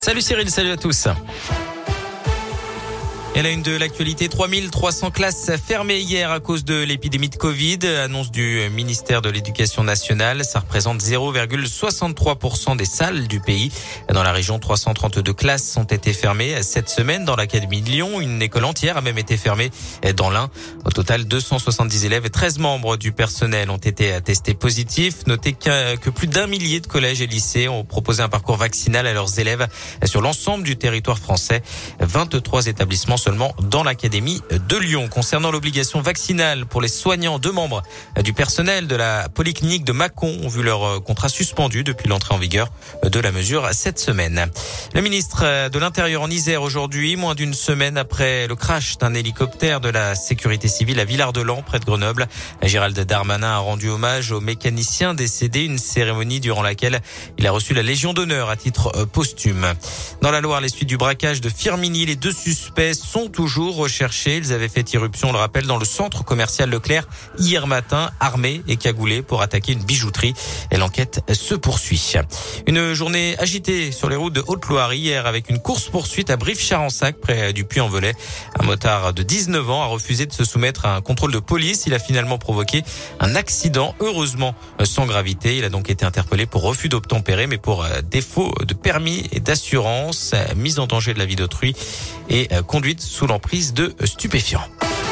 Salut Cyril, salut à tous. Et la une de l'actualité, 3300 classes fermées hier à cause de l'épidémie de Covid. Annonce du ministère de l'Éducation nationale. Ça représente 0,63% des salles du pays. Dans la région, 332 classes ont été fermées cette semaine dans l'académie de Lyon. Une école entière a même été fermée dans l'Ain. Au total, 270 élèves et 13 membres du personnel ont été testés positifs. Notez que plus d'1 millier de collèges et lycées ont proposé un parcours vaccinal à leurs élèves sur l'ensemble du territoire français. 23 établissements seulement dans l'académie de Lyon. Concernant l'obligation vaccinale pour les soignants, 2 membres du personnel de la polyclinique de Mâcon ont vu leur contrat suspendu depuis l'entrée en vigueur de la mesure cette semaine. Le ministre de l'Intérieur en Isère aujourd'hui, moins d'une semaine après le crash d'un hélicoptère de la sécurité civile à Villard-de-Lans, près de Grenoble. Gérald Darmanin a rendu hommage aux mécaniciens décédés, une cérémonie durant laquelle il a reçu la Légion d'honneur à titre posthume. Dans la Loire, les suites du braquage de Firminy, les 2 suspects sont toujours recherchés. Ils avaient fait irruption, on le rappelle, dans le centre commercial Leclerc hier matin, armés et cagoulés pour attaquer une bijouterie. Et l'enquête se poursuit. Une journée agitée sur les routes de Haute-Loire hier avec une course-poursuite à Brive-Charensac près du Puy-en-Velay. Un motard de 19 ans a refusé de se soumettre à un contrôle de police. Il a finalement provoqué un accident, heureusement sans gravité. Il a donc été interpellé pour refus d'obtempérer, mais pour défaut de permis et d'assurance, mise en danger de la vie d'autrui et conduite sous l'emprise de stupéfiants.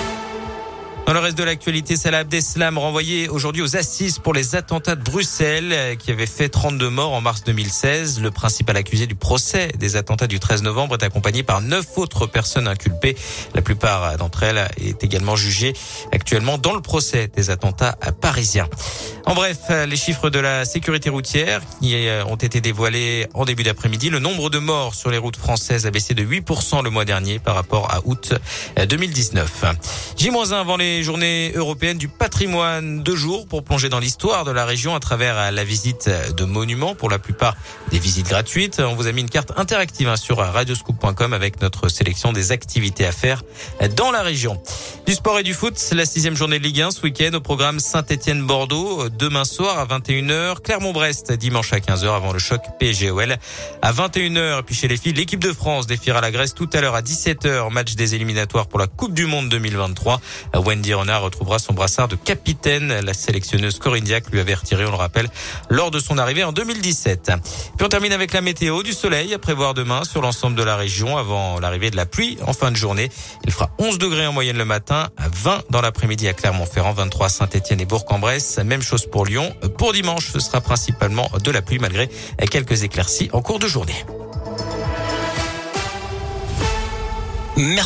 Dans le reste de l'actualité, Salah Abdeslam renvoyé aujourd'hui aux assises pour les attentats de Bruxelles qui avaient fait 32 morts en mars 2016. Le principal accusé du procès des attentats du 13 novembre est accompagné par 9 autres personnes inculpées. La plupart d'entre elles est également jugée actuellement dans le procès des attentats parisiens. En bref, les chiffres de la sécurité routière qui ont été dévoilés en début d'après-midi. Le nombre de morts sur les routes françaises a baissé de 8% le mois dernier par rapport à août 2019. J-1 avant les journées européennes du patrimoine, 2 jours pour plonger dans l'histoire de la région à travers la visite de monuments, pour la plupart des visites gratuites. On vous a mis une carte interactive sur radioscoop.com avec notre sélection des activités à faire dans la région. Du sport et du foot, c'est la 6e journée de Ligue 1 ce week-end au programme Saint-Étienne-Bordeaux demain soir à 21h, Clermont-Brest dimanche à 15h avant le choc PSG-OL à 21h. Puis chez les filles, l'équipe de France défiera la Grèce tout à l'heure à 17h, match des éliminatoires pour la Coupe du Monde 2023. Wendy Renard retrouvera son brassard de capitaine. La sélectionneuse Corinne Diacre lui avait retiré, on le rappelle, lors de son arrivée en 2017. Puis on termine avec la météo, du soleil à prévoir demain sur l'ensemble de la région avant l'arrivée de la pluie en fin de journée. Il fera 11 degrés en moyenne le matin, 20 dans l'après-midi à Clermont-Ferrand, 23 à Saint-Étienne et Bourg-en-Bresse. Même chose pour Lyon. Pour dimanche, ce sera principalement de la pluie malgré quelques éclaircies en cours de journée.